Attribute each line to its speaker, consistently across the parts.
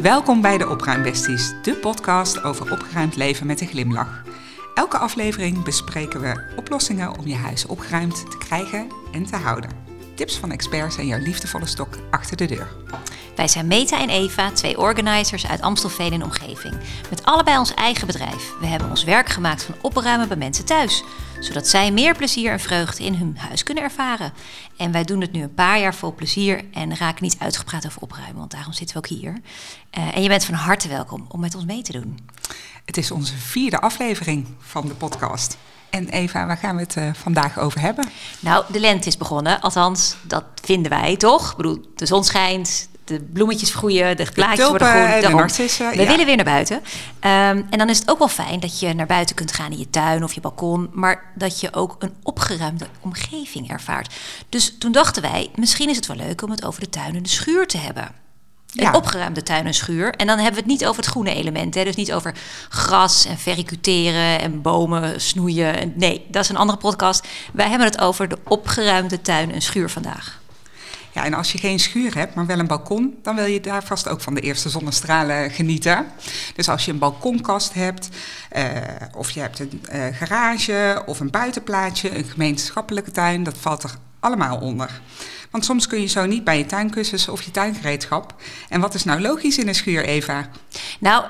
Speaker 1: Welkom bij de Opruimbesties, de podcast over opgeruimd leven met een glimlach. Elke aflevering bespreken we oplossingen om je huis opgeruimd te krijgen en te houden. Tips van experts en jouw liefdevolle stok achter de deur.
Speaker 2: Wij zijn Meta en Eva, 2 organizers uit Amstelveen en omgeving. Met allebei ons eigen bedrijf. We hebben ons werk gemaakt van opruimen bij mensen thuis. Zodat zij meer plezier en vreugde in hun huis kunnen ervaren. En wij doen het nu een paar jaar vol plezier en raken niet uitgepraat over opruimen. Want daarom zitten we ook hier. En je bent van harte welkom om met ons mee te doen.
Speaker 1: Het is onze 4e aflevering van de podcast. En Eva, waar gaan we het vandaag over hebben?
Speaker 2: Nou, de lente is begonnen. Althans, dat vinden wij, toch? Ik bedoel, de zon schijnt, de bloemetjes groeien, de blaadjes worden groen.
Speaker 1: De narcissen.
Speaker 2: We willen weer naar buiten. En dan is het ook wel fijn dat je naar buiten kunt gaan in je tuin of je balkon. Maar dat je ook een opgeruimde omgeving ervaart. Dus toen dachten wij, misschien is het wel leuk om het over de tuin en de schuur te hebben. Een opgeruimde tuin en schuur. En dan hebben we het niet over het groene element. Hè? Dus niet over gras en verricuteren en bomen snoeien. Nee, dat is een andere podcast. Wij hebben het over de opgeruimde tuin en schuur vandaag.
Speaker 1: Ja, en als je geen schuur hebt, maar wel een balkon, dan wil je daar vast ook van de eerste zonnestralen genieten. Dus als je een balkonkast hebt, of je hebt een garage of een buitenplaatsje, een gemeenschappelijke tuin, dat valt er allemaal onder. Want soms kun je zo niet bij je tuinkussens of je tuingereedschap. En wat is nou logisch in een schuur, Eva?
Speaker 2: Nou,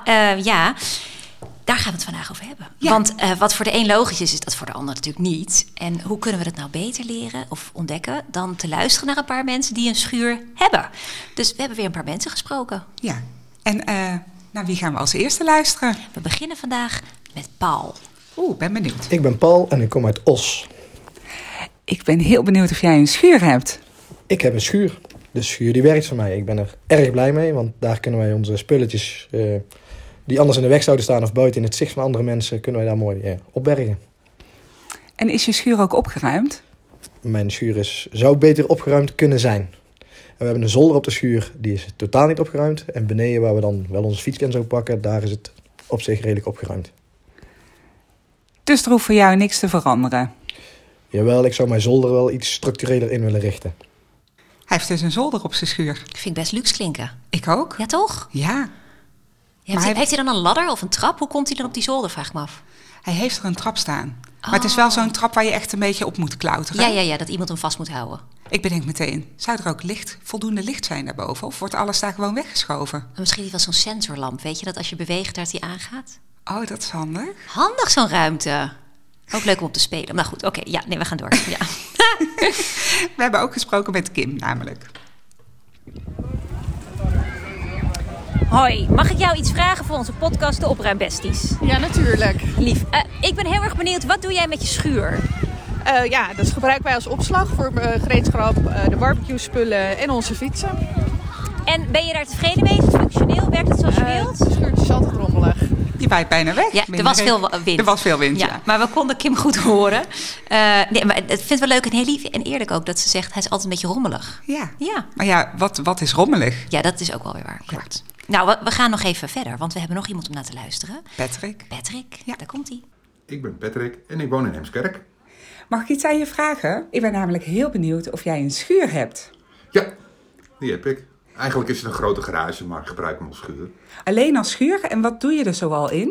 Speaker 2: daar gaan we het vandaag over hebben.
Speaker 1: Ja.
Speaker 2: Want wat voor de een logisch is dat voor de ander natuurlijk niet. En hoe kunnen we dat nou beter leren of ontdekken dan te luisteren naar een paar mensen die een schuur hebben? Dus we hebben weer een paar mensen gesproken.
Speaker 1: Ja, en naar wie gaan we als eerste luisteren?
Speaker 2: We beginnen vandaag met Paul.
Speaker 1: Ben benieuwd.
Speaker 3: Ik ben Paul en ik kom uit Os.
Speaker 1: Ik ben heel benieuwd of jij een schuur hebt.
Speaker 3: Ik heb een schuur. De schuur die werkt voor mij. Ik ben er erg blij mee, want daar kunnen wij onze spulletjes die anders in de weg zouden staan of buiten in het zicht van andere mensen, kunnen wij daar mooi opbergen.
Speaker 1: En is je schuur ook opgeruimd?
Speaker 3: Mijn schuur zou beter opgeruimd kunnen zijn. En we hebben een zolder op de schuur, die is totaal niet opgeruimd. En beneden, waar we dan wel onze fiets en zo pakken, daar is het op zich redelijk opgeruimd.
Speaker 1: Dus er hoeft voor jou niks te veranderen?
Speaker 3: Jawel, ik zou mijn zolder wel iets structureler in willen richten.
Speaker 1: Hij heeft dus een zolder op zijn schuur.
Speaker 2: Ik vind het best luxe klinken.
Speaker 1: Ik ook.
Speaker 2: Ja, toch?
Speaker 1: Ja.
Speaker 2: Heeft hij dan een ladder of een trap? Hoe komt hij dan op die zolder, vraag ik me af.
Speaker 1: Hij heeft er een trap staan. Maar het is wel zo'n trap waar je echt een beetje op moet klauteren.
Speaker 2: Ja, dat iemand hem vast moet houden.
Speaker 1: Ik bedenk meteen, zou er ook voldoende licht zijn daarboven? Of wordt alles daar gewoon weggeschoven?
Speaker 2: Misschien wel zo'n sensorlamp, weet je, dat als je beweegt dat hij aangaat?
Speaker 1: Oh, dat is handig.
Speaker 2: Handig zo'n ruimte. Ook leuk om op te spelen. Maar goed, oké, we gaan door. Ja.
Speaker 1: We hebben ook gesproken met Kim, namelijk.
Speaker 4: Hoi, mag ik jou iets vragen voor onze podcast De Opruimbesties?
Speaker 5: Ja, natuurlijk.
Speaker 4: Lief. Ik ben heel erg benieuwd, wat doe jij met je schuur?
Speaker 5: Dat gebruiken wij als opslag voor gereedschap, de barbecue spullen en onze fietsen.
Speaker 4: En ben je daar tevreden mee? Is het functioneel? Werkt het zoals je wilt?
Speaker 5: Het schuurtje is altijd rommelig.
Speaker 1: Die waait bijna weg.
Speaker 2: Ja, er was veel wind.
Speaker 1: Er was veel wind, ja.
Speaker 2: Maar we konden Kim goed horen. Maar ik vind het wel leuk en heel lief en eerlijk ook dat ze zegt, hij is altijd een beetje rommelig.
Speaker 1: Ja. Maar ja, wat is rommelig?
Speaker 2: Ja, dat is ook wel weer waar. Klopt. Nou, we gaan nog even verder, want we hebben nog iemand om naar te luisteren.
Speaker 1: Patrick,
Speaker 2: daar komt hij.
Speaker 6: Ik ben Patrick en ik woon in Heemskerk.
Speaker 1: Mag ik iets aan je vragen? Ik ben namelijk heel benieuwd of jij een schuur hebt.
Speaker 6: Ja, die heb ik. Eigenlijk is het een grote garage, maar ik gebruik hem als schuur.
Speaker 1: Alleen als schuur? En wat doe je er zoal in?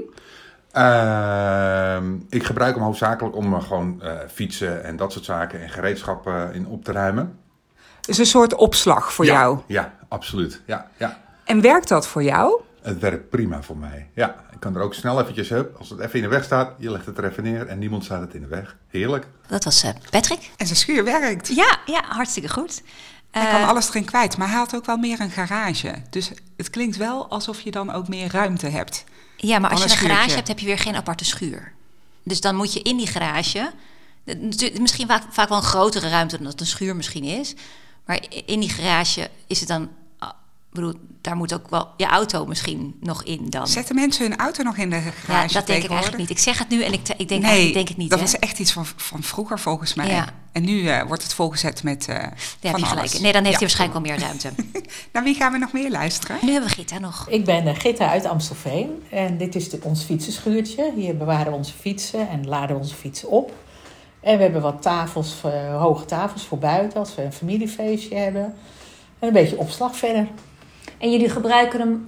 Speaker 6: Ik gebruik hem hoofdzakelijk om gewoon fietsen en dat soort zaken en gereedschap in op te ruimen.
Speaker 1: Is een soort opslag voor jou?
Speaker 6: Ja, absoluut. Ja.
Speaker 1: En werkt dat voor jou?
Speaker 6: Het werkt prima voor mij. Ja, ik kan er ook snel eventjes op. Als het even in de weg staat, je legt het er even neer en niemand staat het in de weg. Heerlijk.
Speaker 2: Dat was Patrick.
Speaker 1: En zijn schuur werkt.
Speaker 2: Ja, hartstikke goed.
Speaker 1: Hij kan alles erin kwijt, maar hij had ook wel meer een garage. Dus het klinkt wel alsof je dan ook meer ruimte hebt.
Speaker 2: Ja, maar als je een garage hebt, heb je weer geen aparte schuur. Dus dan moet je in die garage, misschien vaak wel een grotere ruimte dan dat een schuur misschien is. Maar in die garage is het dan, daar moet ook wel je auto misschien nog in dan.
Speaker 1: Zetten mensen hun auto nog in de garage?
Speaker 2: Ja, dat denk ik eigenlijk niet. Ik zeg het nu en ik denk
Speaker 1: nee,
Speaker 2: eigenlijk denk het niet.
Speaker 1: Dat was echt iets van vroeger volgens mij.
Speaker 2: Ja.
Speaker 1: En nu wordt het volgezet met van alles.
Speaker 2: Nee, dan heeft hij waarschijnlijk wel meer ruimte.
Speaker 1: Naar wie gaan we nog meer luisteren?
Speaker 2: Nu hebben we Gitta nog.
Speaker 7: Ik ben Gitta uit Amstelveen en dit is ons fietsenschuurtje. Hier bewaren we onze fietsen en laden we onze fietsen op. En we hebben wat tafels, hoge tafels voor buiten als we een familiefeestje hebben. En een beetje opslag verder.
Speaker 4: En jullie gebruiken hem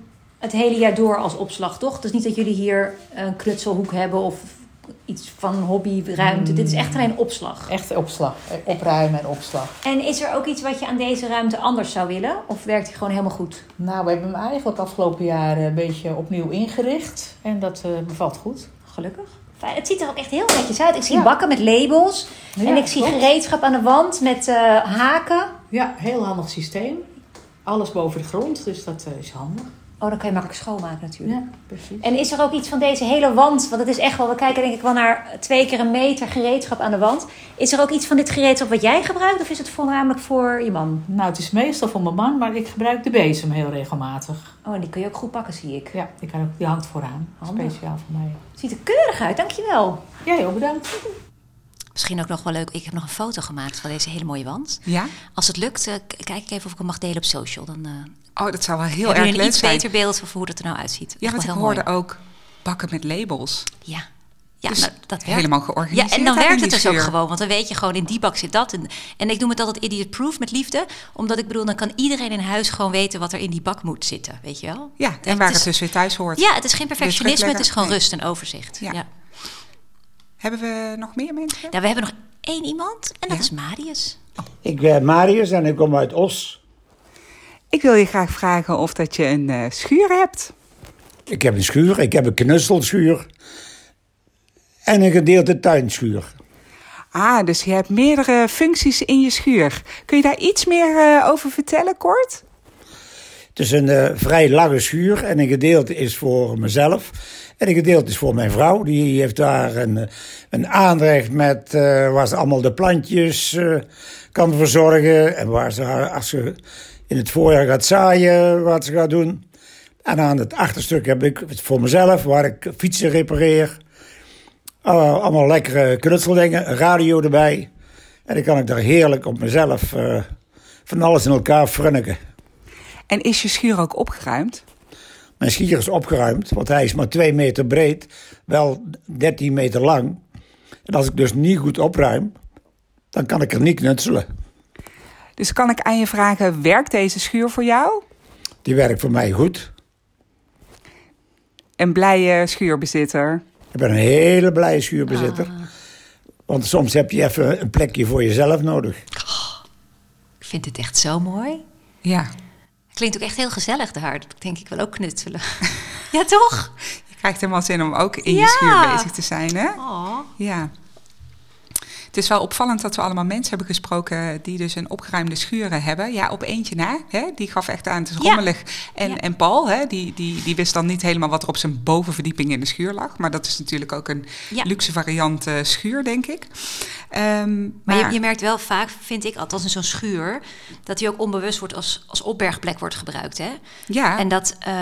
Speaker 4: het hele jaar door als opslag, toch? Het is niet dat jullie hier een knutselhoek hebben of iets van hobbyruimte. Dit is echt alleen opslag.
Speaker 7: Echt opslag. Opruimen en opslag.
Speaker 4: En is er ook iets wat je aan deze ruimte anders zou willen? Of werkt die gewoon helemaal goed?
Speaker 7: Nou, we hebben hem eigenlijk afgelopen jaar een beetje opnieuw ingericht. En dat bevalt goed.
Speaker 4: Gelukkig. Fijn. Het ziet er ook echt heel netjes uit. Ik zie bakken met labels.
Speaker 7: Ja,
Speaker 4: en ik zie
Speaker 7: klopt.
Speaker 4: gereedschap aan de wand met haken.
Speaker 7: Ja, heel handig systeem. Alles boven de grond, dus dat is handig.
Speaker 4: Oh, dan kan je makkelijk schoonmaken natuurlijk.
Speaker 7: Ja, precies.
Speaker 4: En is er ook iets van deze hele wand? Want het is echt wel, we kijken denk ik wel naar 2 keer een meter gereedschap aan de wand. Is er ook iets van dit gereedschap wat jij gebruikt? Of is het voornamelijk voor je man?
Speaker 7: Nou, het is meestal voor mijn man, maar ik gebruik de bezem heel regelmatig.
Speaker 4: Oh, en die kun je ook goed pakken, zie ik.
Speaker 7: Ja, die hangt vooraan.
Speaker 4: Handig.
Speaker 7: Speciaal voor mij.
Speaker 4: Ziet er keurig uit, dankjewel.
Speaker 7: Jij ook bedankt.
Speaker 2: Misschien ook nog wel leuk. Ik heb nog een foto gemaakt van deze hele mooie wand.
Speaker 1: Ja?
Speaker 2: Als het lukt, kijk ik even of ik hem mag delen op social. Dan
Speaker 1: Oh, dat zou wel heel
Speaker 2: hebben
Speaker 1: erg
Speaker 2: jullie een
Speaker 1: leuk
Speaker 2: iets
Speaker 1: zijn.
Speaker 2: beter beeld van hoe het er nou uitziet.
Speaker 1: Ja,
Speaker 2: Echt
Speaker 1: want
Speaker 2: wel
Speaker 1: ik
Speaker 2: heel
Speaker 1: hoorde
Speaker 2: mooi.
Speaker 1: ook bakken met labels.
Speaker 2: Ja,
Speaker 1: Dus
Speaker 2: nou, dat werkt.
Speaker 1: helemaal georganiseerd.
Speaker 2: Ja, en dan
Speaker 1: daar in
Speaker 2: werkt het
Speaker 1: die
Speaker 2: dus ook
Speaker 1: schuur.
Speaker 2: gewoon. Want dan weet je gewoon, in die bak zit dat. En ik noem het altijd idiot-proof met liefde. Omdat ik bedoel, dan kan iedereen in huis gewoon weten wat er in die bak moet zitten. Weet je wel?
Speaker 1: Ja, en waar
Speaker 2: is-
Speaker 1: het dus weer thuis hoort.
Speaker 2: Ja, het is geen perfectionisme, het is gewoon
Speaker 1: Nee.
Speaker 2: rust en overzicht.
Speaker 1: Ja.
Speaker 2: Ja.
Speaker 1: Hebben we nog meer mensen?
Speaker 2: Nou, we hebben nog 1 iemand en dat
Speaker 1: Ja?
Speaker 2: is Marius.
Speaker 8: Ik ben Marius en ik kom uit Os.
Speaker 1: Ik wil je graag vragen of dat je een schuur hebt.
Speaker 8: Ik heb een schuur, ik heb een knutselschuur en een gedeelte tuinschuur.
Speaker 1: Ah, dus je hebt meerdere functies in je schuur. Kun je daar iets meer over vertellen, kort?
Speaker 8: Het is een vrij lange schuur en een gedeelte is voor mezelf. En een gedeelte is voor mijn vrouw. Die heeft daar een aanrecht met waar ze allemaal de plantjes kan verzorgen. En waar ze, als ze in het voorjaar gaat zaaien, wat ze gaat doen. En aan het achterstuk heb ik het voor mezelf, waar ik fietsen repareer. Allemaal lekkere knutseldingen, een radio erbij. En dan kan ik daar heerlijk op mezelf van alles in elkaar frunniken.
Speaker 1: En is je schuur ook opgeruimd?
Speaker 8: Mijn schuur is opgeruimd, want hij is maar 2 meter breed, wel 13 meter lang. En als ik dus niet goed opruim, dan kan ik er niet knutselen.
Speaker 1: Dus kan ik aan je vragen, werkt deze schuur voor jou?
Speaker 8: Die werkt voor mij goed.
Speaker 1: Een blije schuurbezitter.
Speaker 8: Ik ben een hele blije schuurbezitter. Want soms heb je even een plekje voor jezelf nodig.
Speaker 2: Ik vind het echt zo mooi.
Speaker 1: Ja.
Speaker 2: Klinkt ook echt heel gezellig daar. Dat denk ik wel ook knutselen. Ja, toch?
Speaker 1: Je krijgt helemaal zin om ook in je
Speaker 2: Ja.
Speaker 1: schuur bezig te zijn, hè?
Speaker 2: Oh.
Speaker 1: Ja. Het is wel opvallend dat we allemaal mensen hebben gesproken die dus een opgeruimde schuur hebben. Ja, op eentje na. Hè? Die gaf echt aan, het is
Speaker 2: Ja.
Speaker 1: rommelig.
Speaker 2: Ja.
Speaker 1: En Paul, hè? Die wist dan niet helemaal wat er op zijn bovenverdieping in de schuur lag. Maar dat is natuurlijk ook een
Speaker 2: Ja.
Speaker 1: luxe variant schuur, denk ik.
Speaker 2: Maar je merkt wel vaak, vind ik, althans in zo'n schuur, dat die ook onbewust wordt als opbergplek wordt gebruikt. Hè?
Speaker 1: Ja,
Speaker 2: En,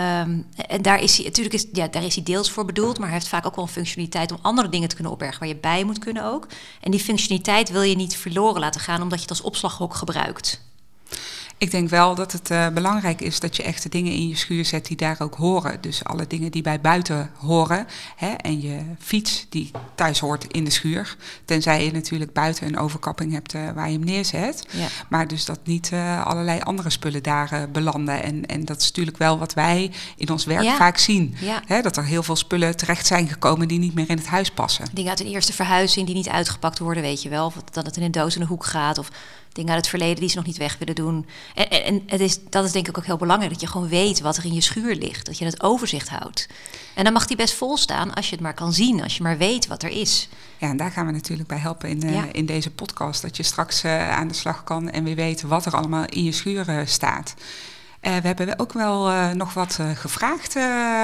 Speaker 2: en daar is hij, natuurlijk daar is hij deels voor bedoeld, maar hij heeft vaak ook wel een functionaliteit om andere dingen te kunnen opbergen waar je bij moet kunnen ook. En die functionaliteit wil je niet verloren laten gaan, omdat je het als opslaghok gebruikt.
Speaker 1: ik denk wel dat het belangrijk is dat je echt de dingen in je schuur zet die daar ook horen. Dus alle dingen die bij buiten horen. Hè, en je fiets die thuis hoort in de schuur. Tenzij je natuurlijk buiten een overkapping hebt waar je hem neerzet.
Speaker 2: Ja.
Speaker 1: Maar dus dat niet allerlei andere spullen daar belanden. En dat is natuurlijk wel wat wij in ons werk
Speaker 2: Ja.
Speaker 1: vaak zien.
Speaker 2: Ja.
Speaker 1: Hè, dat er heel veel spullen terecht zijn gekomen die niet meer in het huis passen.
Speaker 2: Dingen uit een eerste verhuizing die niet uitgepakt worden, weet je wel. Of dat het in een doos in de hoek gaat. Of dingen uit het verleden die ze nog niet weg willen doen. En dat is denk ik ook heel belangrijk. Dat je gewoon weet wat er in je schuur ligt. Dat je het overzicht houdt. En dan mag die best vol staan als je het maar kan zien. Als je maar weet wat er is.
Speaker 1: Ja, en daar gaan we natuurlijk bij helpen
Speaker 2: Ja.
Speaker 1: in deze podcast. Dat je straks aan de slag kan en weer weet wat er allemaal in je schuur staat. We hebben ook wel nog wat gevraagd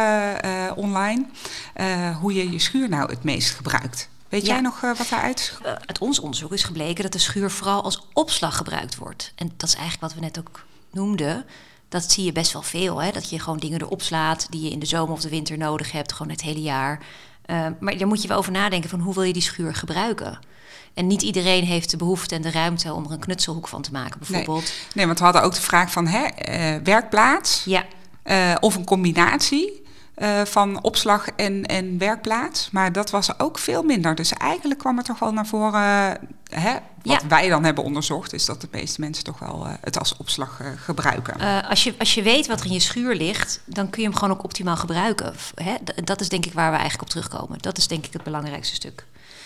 Speaker 1: online. Hoe je je schuur nou het meest gebruikt. Weet
Speaker 2: Ja.
Speaker 1: jij nog wat daaruit is?
Speaker 2: Uit ons onderzoek is gebleken dat de schuur vooral als opslag gebruikt wordt. En dat is eigenlijk wat we net ook noemden. Dat zie je best wel veel. Hè? Dat je gewoon dingen erop slaat die je in de zomer of de winter nodig hebt. Gewoon het hele jaar. Maar daar moet je wel over nadenken van hoe wil je die schuur gebruiken. En niet iedereen heeft de behoefte en de ruimte om er een knutselhoek van te maken bijvoorbeeld.
Speaker 1: Nee, want we hadden ook de vraag van werkplaats
Speaker 2: Ja,
Speaker 1: of een combinatie. van opslag en werkplaats. Maar dat was ook veel minder. Dus eigenlijk kwam er toch wel naar voren... Wat wij dan hebben onderzocht... is dat de meeste mensen toch wel het als opslag gebruiken.
Speaker 2: Als je weet wat er in je schuur ligt... dan kun je hem gewoon ook optimaal gebruiken. Dat is denk ik waar we eigenlijk op terugkomen. Dat is denk ik het belangrijkste stuk.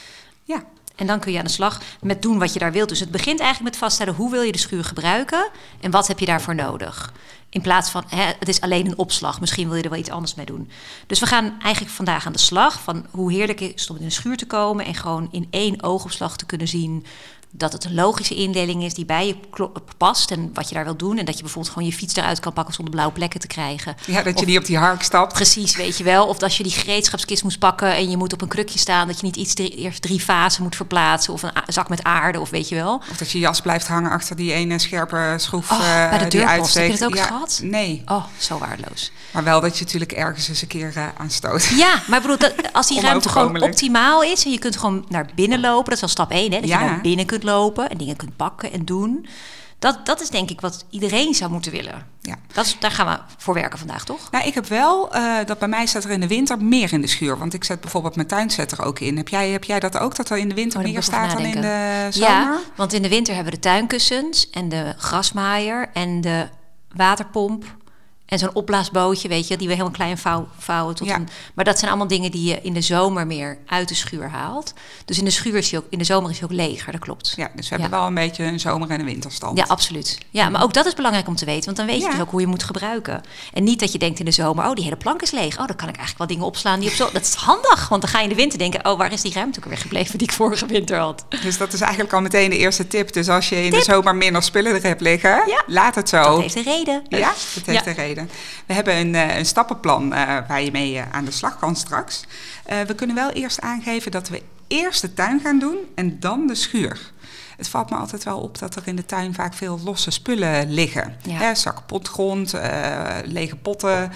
Speaker 1: Ja.
Speaker 2: En dan kun je aan de slag met doen wat je daar wilt. Dus het begint eigenlijk met vaststellen... hoe wil je de schuur gebruiken... en wat heb je daarvoor nodig... In plaats van, het is alleen een opslag. Misschien wil je er wel iets anders mee doen. Dus we gaan eigenlijk vandaag aan de slag... van hoe heerlijk is het om in een schuur te komen... en gewoon in 1 oogopslag te kunnen zien... dat het een logische indeling is die bij je past... en wat je daar wil doen. En dat je bijvoorbeeld gewoon je fiets eruit kan pakken... zonder blauwe plekken te krijgen.
Speaker 1: Ja, dat je niet op die hark stapt.
Speaker 2: Precies, weet je wel. Of als je die gereedschapskist moest pakken... en je moet op een krukje staan... dat je niet eerst 3 vazen moet verplaatsen... of een zak met aarde, of weet je wel.
Speaker 1: Of dat je jas blijft hangen achter die ene scherpe schroef
Speaker 2: bij de deurpost. Heb je dat ook
Speaker 1: ja,
Speaker 2: gehad?
Speaker 1: Nee.
Speaker 2: Oh, zo waardeloos.
Speaker 1: Maar wel dat je natuurlijk ergens eens een keer aan stoot.
Speaker 2: Ja, maar ik bedoel, als die ruimte gewoon optimaal is... en je kunt gewoon naar binnen lopen... dat is wel stap 1, dat je gewoon binnen kunt lopen... en dingen kunt pakken en doen... Dat is denk ik wat iedereen zou moeten willen.
Speaker 1: Ja.
Speaker 2: Daar gaan we voor werken vandaag, toch?
Speaker 1: Nou, ik heb wel, dat bij mij staat er in de winter meer in de schuur. Want ik zet bijvoorbeeld mijn tuinset er ook in. Heb jij dat ook, dat er in de winter meer staat dan in de zomer?
Speaker 2: Ja, want in de winter hebben we de tuinkussens... en de grasmaaier en de waterpomp... en zo'n opblaasbootje, weet je, die we helemaal klein vouwen tot een... Maar dat zijn allemaal dingen die je in de zomer meer uit de schuur haalt. Dus in de schuur in de zomer is hij ook leger, dat klopt.
Speaker 1: Ja, dus we hebben wel een beetje een zomer- en een winterstand.
Speaker 2: Ja, absoluut. Ja, maar ook dat is belangrijk om te weten, want dan weet je dus ook hoe je moet gebruiken. En niet dat je denkt in de zomer, die hele plank is leeg. Dan kan ik eigenlijk wel dingen opslaan die op zo... Dat is handig, want dan ga je in de winter denken... waar is die ruimte ook weer gebleven die ik vorige winter had?
Speaker 1: Dus dat is eigenlijk al meteen de eerste tip. Dus als je in de zomer minder spullen er hebt liggen, laat het zo.
Speaker 2: Dat heeft een reden.
Speaker 1: Ja, dat heeft een reden. We hebben een stappenplan waar je mee aan de slag kan straks. We kunnen wel eerst aangeven dat we eerst de tuin gaan doen en dan de schuur. Het valt me altijd wel op dat er in de tuin vaak veel losse spullen liggen.
Speaker 2: Ja.
Speaker 1: Zakken potgrond, lege potten.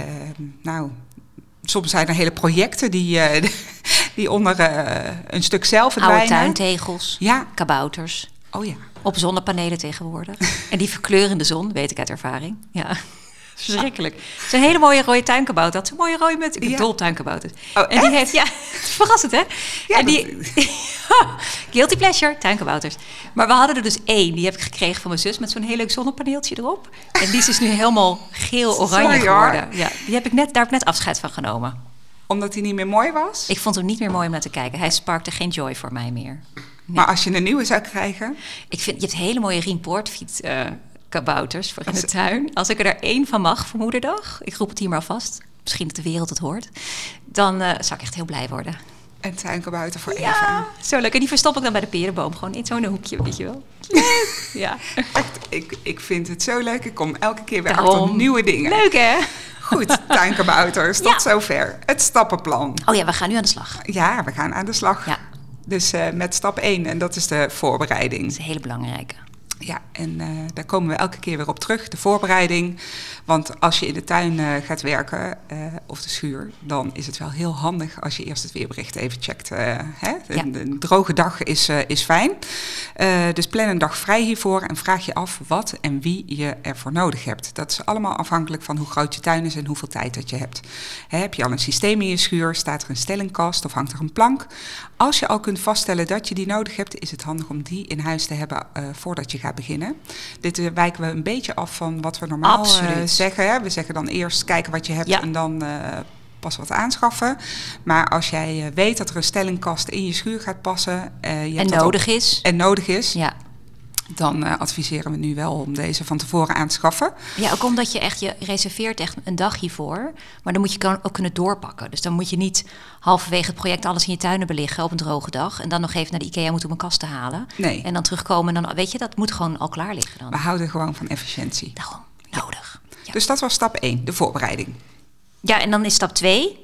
Speaker 1: Soms zijn er hele projecten die onder een stuk zelf verdwijnen.
Speaker 2: Oude tuintegels, kabouters.
Speaker 1: Oh ja.
Speaker 2: Op zonnepanelen tegenwoordig. En die verkleuren in de zon, weet ik uit ervaring. Ja. Verschrikkelijk. Het is een hele mooie rode tuinkabouter. Dat is een mooie rode muts. Ik heb dol op tuinkabouters.
Speaker 1: Oh,
Speaker 2: en die heeft, verrassend hè?
Speaker 1: Ja,
Speaker 2: en die, guilty pleasure, tuinkabouters. Maar we hadden er dus 1. Die heb ik gekregen van mijn zus met zo'n heel leuk zonnepaneeltje erop. En die is dus nu helemaal geel-oranje geworden. Ja, daar heb ik net afscheid van genomen.
Speaker 1: Omdat hij niet meer mooi was?
Speaker 2: Ik vond hem niet meer mooi om naar te kijken. Hij sparkte geen joy voor mij meer. Nee.
Speaker 1: Maar als je een nieuwe zou krijgen?
Speaker 2: Je hebt hele mooie Riempoortfiets kabouters voor in de tuin. Als ik er 1 van mag voor moederdag, ik roep het hier maar vast, misschien dat de wereld het hoort, dan zou ik echt heel blij worden.
Speaker 1: Een tuinkabouter voor Eva.
Speaker 2: Ja, zo leuk. En die verstop ik dan bij de perenboom, gewoon in zo'n hoekje, weet je wel. Ja.
Speaker 1: Echt, ik vind het zo leuk. Ik kom elke keer weer achter nieuwe dingen.
Speaker 2: Leuk hè?
Speaker 1: Goed, tuinkabouters, tot zover. Het stappenplan.
Speaker 2: Oh ja, we gaan nu aan de slag.
Speaker 1: Ja, we gaan aan de slag.
Speaker 2: Ja.
Speaker 1: Dus met stap 1, en dat is de voorbereiding.
Speaker 2: Dat is een hele belangrijke.
Speaker 1: Ja, en daar komen we elke keer weer op terug, de voorbereiding. Want als je in de tuin gaat werken, of de schuur, dan is het wel heel handig als je eerst het weerbericht even checkt. Een droge dag is fijn. Dus plan een dag vrij hiervoor en vraag je af wat en wie je ervoor nodig hebt. Dat is allemaal afhankelijk van hoe groot je tuin is en hoeveel tijd dat je hebt. Heb je al een systeem in je schuur, staat er een stellingkast of hangt er een plank? Als je al kunt vaststellen dat je die nodig hebt, is het handig om die in huis te hebben voordat je gaat beginnen. Dit wijken we een beetje af van wat we normaal zeggen. Hè? We zeggen dan eerst kijken wat je hebt en dan pas wat aanschaffen. Maar als jij weet dat er een stellingkast in je schuur gaat passen...
Speaker 2: en nodig is. Ja.
Speaker 1: Dan adviseren we nu wel om deze van tevoren aan te schaffen.
Speaker 2: Ja, ook omdat je reserveert echt een dag hiervoor. Maar dan moet je ook kunnen doorpakken. Dus dan moet je niet halverwege het project alles in je tuinen beliggen op een droge dag. En dan nog even naar de IKEA moeten om een kast te halen.
Speaker 1: Nee.
Speaker 2: En dan terugkomen. En dan, weet je, dat moet gewoon al klaar liggen dan.
Speaker 1: We houden gewoon van efficiëntie.
Speaker 2: Daarom, nodig. Ja.
Speaker 1: Dus dat was stap 1, de voorbereiding.
Speaker 2: Ja, en dan is stap 2...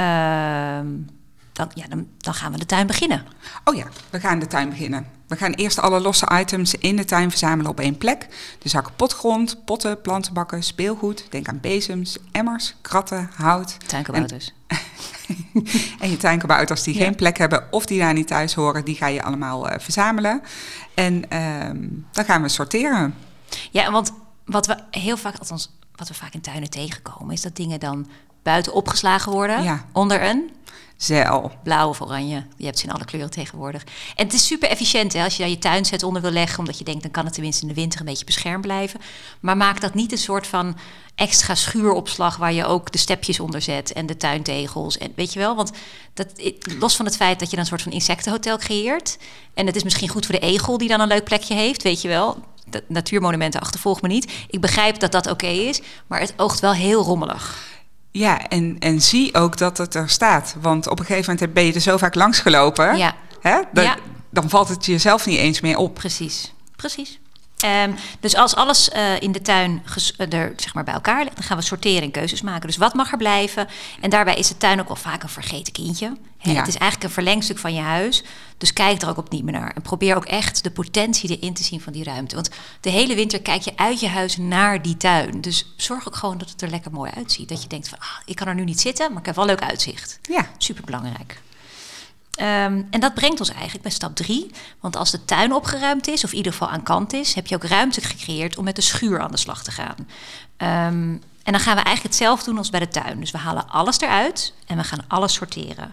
Speaker 2: Dan gaan we de tuin beginnen.
Speaker 1: Oh ja, we gaan de tuin beginnen. We gaan eerst alle losse items in de tuin verzamelen op 1 plek. De zakken potgrond, potten, plantenbakken, speelgoed. Denk aan bezems, emmers, kratten, hout.
Speaker 2: Tuinkabouters.
Speaker 1: En je tuinkabouters die geen plek hebben of die daar niet thuis horen, die ga je allemaal verzamelen. En dan gaan we sorteren.
Speaker 2: Ja, want wat we heel vaak, althans wat we vaak in tuinen tegenkomen, is dat dingen dan buiten opgeslagen worden onder een
Speaker 1: zeil.
Speaker 2: Blauw of oranje. Je hebt ze in alle kleuren tegenwoordig. En het is super efficiënt als je daar je tuinset onder wil leggen, omdat je denkt, dan kan het tenminste in de winter een beetje beschermd blijven. Maar maak dat niet een soort van extra schuuropslag waar je ook de stepjes onder zet en de tuintegels. En weet je wel, want los van het feit dat je dan een soort van insectenhotel creëert. En het is misschien goed voor de egel die dan een leuk plekje heeft, weet je wel. De natuurmonumenten achtervolg me niet. Ik begrijp dat dat oké is, maar het oogt wel heel rommelig.
Speaker 1: Ja, en zie ook dat het er staat. Want op een gegeven moment ben je er zo vaak langs gelopen.
Speaker 2: Ja.
Speaker 1: Hè? Dan valt het jezelf niet eens meer op.
Speaker 2: Precies. Dus als alles in de tuin er zeg maar bij elkaar ligt, dan gaan we sorteren en keuzes maken. Dus wat mag er blijven? En daarbij is de tuin ook wel vaak een vergeten kindje. Het is eigenlijk een verlengstuk van je huis. Dus kijk er ook op niet meer naar. En probeer ook echt de potentie erin te zien van die ruimte. Want de hele winter kijk je uit je huis naar die tuin. Dus zorg ook gewoon dat het er lekker mooi uitziet. Dat je denkt van, ik kan er nu niet zitten, maar ik heb wel leuk uitzicht.
Speaker 1: Ja.
Speaker 2: Superbelangrijk. En dat brengt ons eigenlijk bij stap 3. Want als de tuin opgeruimd is, of in ieder geval aan kant is, heb je ook ruimte gecreëerd om met de schuur aan de slag te gaan. En dan gaan we eigenlijk hetzelfde doen als bij de tuin. Dus we halen alles eruit en we gaan alles sorteren.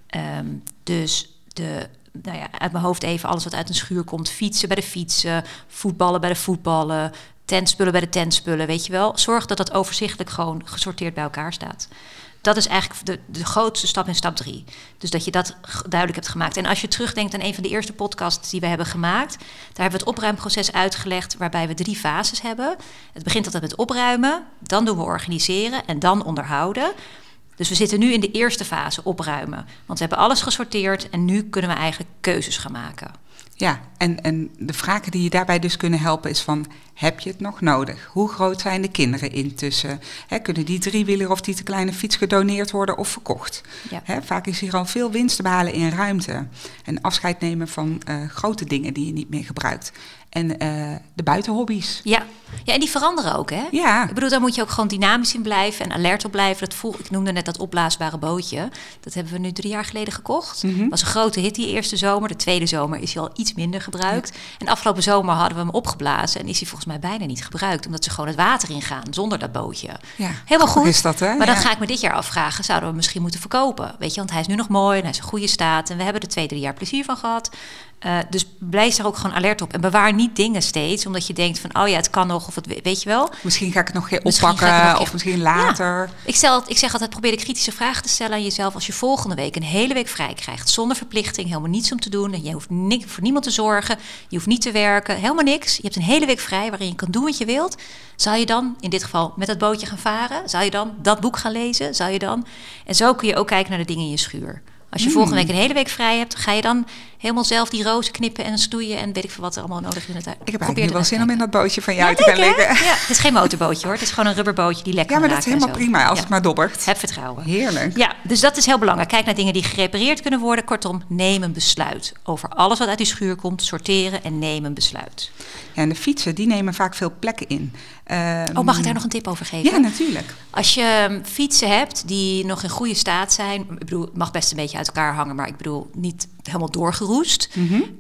Speaker 2: Uit mijn hoofd even alles wat uit een schuur komt. Fietsen bij de fietsen, voetballen bij de voetballen, tentspullen bij de tentspullen, weet je wel. Zorg dat dat overzichtelijk gewoon gesorteerd bij elkaar staat. Dat is eigenlijk de grootste stap in stap 3. Dus dat je dat duidelijk hebt gemaakt. En als je terugdenkt aan een van de eerste podcasts die we hebben gemaakt, daar hebben we het opruimproces uitgelegd waarbij we 3 fases hebben. Het begint altijd met opruimen, dan doen we organiseren en dan onderhouden. Dus we zitten nu in de eerste fase, opruimen. Want we hebben alles gesorteerd en nu kunnen we eigenlijk keuzes gaan maken.
Speaker 1: Ja, en de vragen die je daarbij dus kunnen helpen is van, heb je het nog nodig? Hoe groot zijn de kinderen intussen? Kunnen die 3-wieler of die te kleine fiets gedoneerd worden of verkocht? Ja. Vaak is hier al veel winst te behalen in ruimte. En afscheid nemen van grote dingen die je niet meer gebruikt. En de buitenhobby's.
Speaker 2: Ja, en die veranderen ook, hè?
Speaker 1: Ja.
Speaker 2: Ik bedoel, daar moet je ook gewoon dynamisch in blijven en alert op blijven. Ik noemde net dat opblaasbare bootje. Dat hebben we nu 3 jaar geleden gekocht. Dat was een grote hit die eerste zomer. De tweede zomer is hij al iets minder gebruikt. Ja. En afgelopen zomer hadden we hem opgeblazen en is hij volgens mij bijna niet gebruikt. Omdat ze gewoon het water ingaan zonder dat bootje. Ja, helemaal goed.
Speaker 1: Is dat, hè?
Speaker 2: Maar dan ga ik me dit jaar afvragen, zouden we hem misschien moeten verkopen? Weet je, want hij is nu nog mooi en hij is in goede staat. En we hebben er 2-3 jaar plezier van gehad. Dus blijf daar ook gewoon alert op. En bewaar niet dingen steeds, omdat je denkt van, het kan nog, of het, weet je wel.
Speaker 1: Misschien ga ik het nog oppakken, of misschien later.
Speaker 2: Ja. Ik zeg altijd, probeer de kritische vragen te stellen aan jezelf. Als je volgende week een hele week vrij krijgt, zonder verplichting, helemaal niets om te doen. En je hoeft voor niemand te zorgen, je hoeft niet te werken, helemaal niks. Je hebt een hele week vrij waarin je kan doen wat je wilt. Zou je dan, in dit geval, met dat bootje gaan varen? Zou je dan dat boek gaan lezen? Zou je dan? En zo kun je ook kijken naar de dingen in je schuur. Als je volgende week een hele week vrij hebt, ga je dan helemaal zelf die rozen knippen en stoeien en weet ik veel wat er allemaal nodig is in de tuin.
Speaker 1: Ik heb eigenlijk wel zin om in dat bootje van jou te gaan liggen.
Speaker 2: Ja, het is geen motorbootje hoor, het is gewoon een rubberbootje die lekker
Speaker 1: maar dat is helemaal prima als het maar dobbert.
Speaker 2: Heb vertrouwen.
Speaker 1: Heerlijk.
Speaker 2: Ja, dus dat is heel belangrijk. Kijk naar dingen die gerepareerd kunnen worden. Kortom, neem een besluit over alles wat uit die schuur komt, sorteren en neem een besluit.
Speaker 1: Ja, en de fietsen, die nemen vaak veel plekken in.
Speaker 2: Mag ik daar nog een tip over geven?
Speaker 1: Ja, natuurlijk.
Speaker 2: Als je fietsen hebt die nog in goede staat zijn, ik bedoel, het mag best een beetje uit elkaar hangen, maar ik bedoel niet helemaal doorgeroest,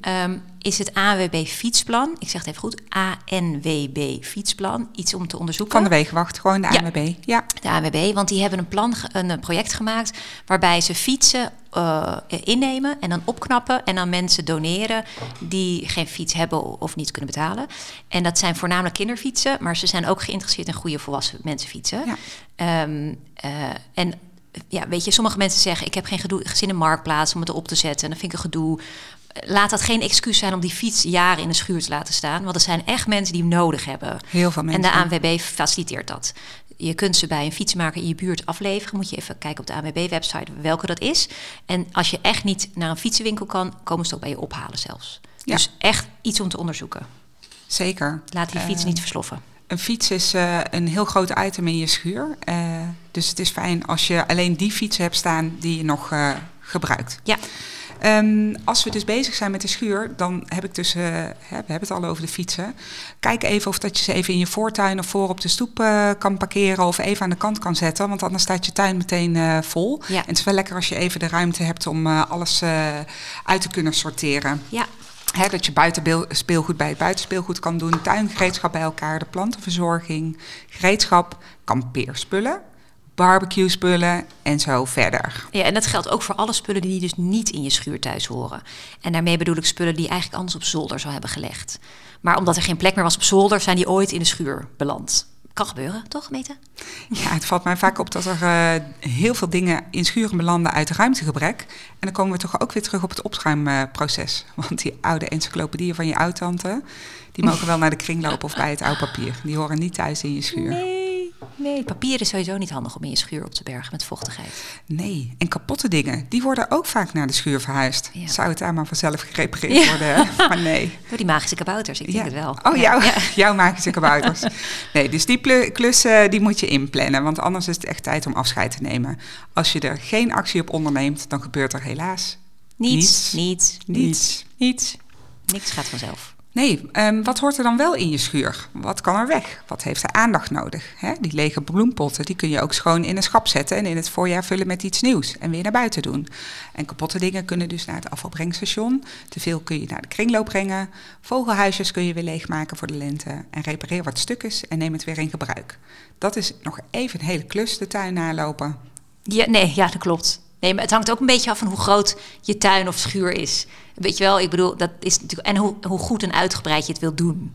Speaker 2: is het ANWB fietsplan, ik zeg het even goed, ANWB fietsplan, iets om te onderzoeken.
Speaker 1: Van de Wegenwacht, gewoon de ANWB. Ja.
Speaker 2: De ANWB, want die hebben een project gemaakt waarbij ze fietsen innemen en dan opknappen en dan mensen doneren die geen fiets hebben of niet kunnen betalen. En dat zijn voornamelijk kinderfietsen, maar ze zijn ook geïnteresseerd in goede volwassen mensenfietsen. Ja. Weet je, sommige mensen zeggen, ik heb geen zin in marktplaats om het erop te zetten en dan vind ik een gedoe. Laat dat geen excuus zijn om die fiets jaren in de schuur te laten staan, want er zijn echt mensen die hem nodig hebben.
Speaker 1: Heel veel mensen.
Speaker 2: En de ANWB faciliteert dat. Je kunt ze bij een fietsmaker in je buurt afleveren. Moet je even kijken op de ANWB-website welke dat is. En als je echt niet naar een fietsenwinkel kan, komen ze ook bij je ophalen zelfs. Ja. Dus echt iets om te onderzoeken.
Speaker 1: Zeker.
Speaker 2: Laat die fiets niet versloffen.
Speaker 1: Een fiets is een heel groot item in je schuur. Dus het is fijn als je alleen die fietsen hebt staan die je nog gebruikt. Ja. Als we dus bezig zijn met de schuur, dan heb ik dus, we hebben het al over de fietsen. Kijk even of dat je ze even in je voortuin of voor op de stoep kan parkeren of even aan de kant kan zetten. Want anders staat je tuin meteen vol. Ja. En het is wel lekker als je even de ruimte hebt om alles uit te kunnen sorteren. Ja. Dat je buitenspeelgoed bij het buitenspeelgoed kan doen, tuingereedschap bij elkaar, de plantenverzorging, gereedschap, kampeerspullen, barbecue spullen en zo verder.
Speaker 2: Ja, en dat geldt ook voor alle spullen die dus niet in je schuur thuis horen. En daarmee bedoel ik spullen die je eigenlijk anders op zolder zou hebben gelegd. Maar omdat er geen plek meer was op zolder, zijn die ooit in de schuur beland. Kan gebeuren, toch, Meta?
Speaker 1: Ja, het valt mij vaak op dat er heel veel dingen in schuren belanden uit ruimtegebrek. En dan komen we toch ook weer terug op het opruimproces. Want die oude encyclopedieën van je oud-tante, die mogen wel naar de kringloop of bij het oud papier. Die horen niet thuis in je schuur.
Speaker 2: Nee, papier is sowieso niet handig om in je schuur op te bergen met vochtigheid.
Speaker 1: Nee, en kapotte dingen, die worden ook vaak naar de schuur verhuisd.
Speaker 2: Ja.
Speaker 1: Zou het daar maar vanzelf gerepareerd worden? Maar nee.
Speaker 2: Door die magische kabouters, ik denk het wel.
Speaker 1: Oh, jouw magische kabouters. Nee, dus die klussen die moet je inplannen, want anders is het echt tijd om afscheid te nemen. Als je er geen actie op onderneemt, dan gebeurt er helaas
Speaker 2: Niets. Niks gaat vanzelf.
Speaker 1: Nee, wat hoort er dan wel in je schuur? Wat kan er weg? Wat heeft er aandacht nodig? Die lege bloempotten, die kun je ook schoon in een schap zetten en in het voorjaar vullen met iets nieuws en weer naar buiten doen. En kapotte dingen kunnen dus naar het afvalbrengstation. Te veel kun je naar de kringloop brengen. Vogelhuisjes kun je weer leegmaken voor de lente. En repareer wat stukjes en neem het weer in gebruik. Dat is nog even een hele klus, de tuin nalopen.
Speaker 2: Ja, dat klopt. Nee, maar het hangt ook een beetje af van hoe groot je tuin of schuur is. Weet je wel, ik bedoel, dat is natuurlijk. En hoe goed en uitgebreid je het wilt doen.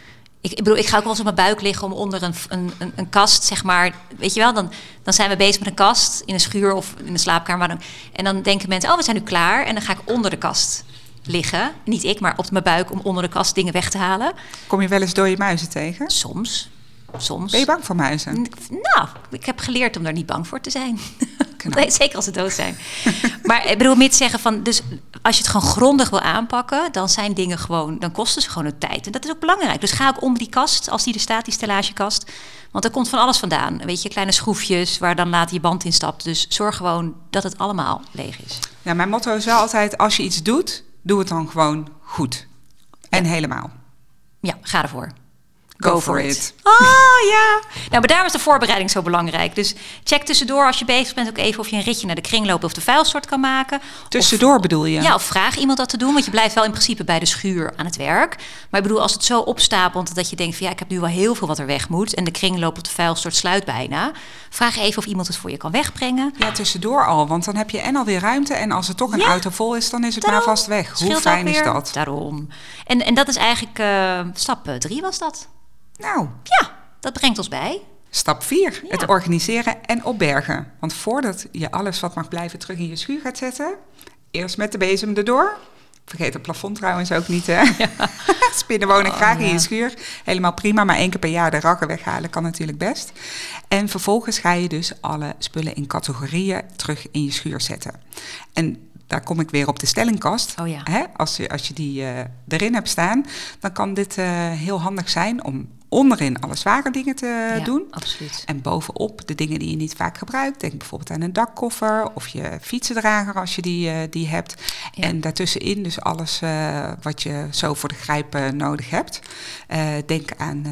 Speaker 2: Ik ga ook wel eens op mijn buik liggen om onder een kast, zeg maar. Weet je wel, dan zijn we bezig met een kast in een schuur of in de slaapkamer. En dan denken mensen, we zijn nu klaar. En dan ga ik onder de kast liggen. Niet ik, maar op mijn buik om onder de kast dingen weg te halen.
Speaker 1: Kom je wel eens dode muizen tegen?
Speaker 2: Soms.
Speaker 1: Ben je bang voor muizen?
Speaker 2: Nou, ik heb geleerd om daar niet bang voor te zijn. Nee, zeker als ze dood zijn. Maar ik bedoel meer te zeggen van, dus als je het gewoon grondig wil aanpakken, dan zijn dingen gewoon, dan kosten ze gewoon een tijd. En dat is ook belangrijk. Dus ga ook onder die kast, als die er staat, die stellagekast. Want er komt van alles vandaan. Weet je, kleine schroefjes waar dan later je band in stapt. Dus zorg gewoon dat het allemaal leeg is.
Speaker 1: Ja, mijn motto is wel altijd, als je iets doet, doe het dan gewoon goed. En helemaal.
Speaker 2: Ja, ga ervoor.
Speaker 1: Go for it.
Speaker 2: Oh ja. Nou, maar daarom is de voorbereiding zo belangrijk. Dus check tussendoor als je bezig bent ook even of je een ritje naar de kringloop of de vuilstort kan maken.
Speaker 1: Tussendoor bedoel je?
Speaker 2: Ja, of vraag iemand dat te doen. Want je blijft wel in principe bij de schuur aan het werk. Maar ik bedoel, als het zo opstapelt dat je denkt van ik heb nu wel heel veel wat er weg moet. En de kringloop of de vuilstort sluit bijna. Vraag even of iemand het voor je kan wegbrengen.
Speaker 1: Ja, tussendoor al. Want dan heb je en alweer ruimte. En als er toch een auto vol is, dan is het maar vast weg. Hoe fijn is dat?
Speaker 2: Daarom. En dat is eigenlijk stap 3 was dat.
Speaker 1: Nou.
Speaker 2: Ja, dat brengt ons bij.
Speaker 1: Stap 4, het organiseren en opbergen. Want voordat je alles wat mag blijven terug in je schuur gaat zetten, eerst met de bezem erdoor. Vergeet het plafond trouwens ook niet, hè? Ja. Spinnen wonen graag in je schuur. Helemaal prima, maar 1 keer per jaar de rakken weghalen kan natuurlijk best. En vervolgens ga je dus alle spullen in categorieën terug in je schuur zetten. En daar kom ik weer op de stellingkast.
Speaker 2: Oh ja.
Speaker 1: Als je die erin hebt staan, dan kan dit heel handig zijn om onderin alle zware dingen te doen.
Speaker 2: Absoluut.
Speaker 1: En bovenop de dingen die je niet vaak gebruikt. Denk bijvoorbeeld aan een dakkoffer of je fietsendrager als je die hebt. Ja. En daartussenin dus alles wat je zo voor de grijp nodig hebt. Denk aan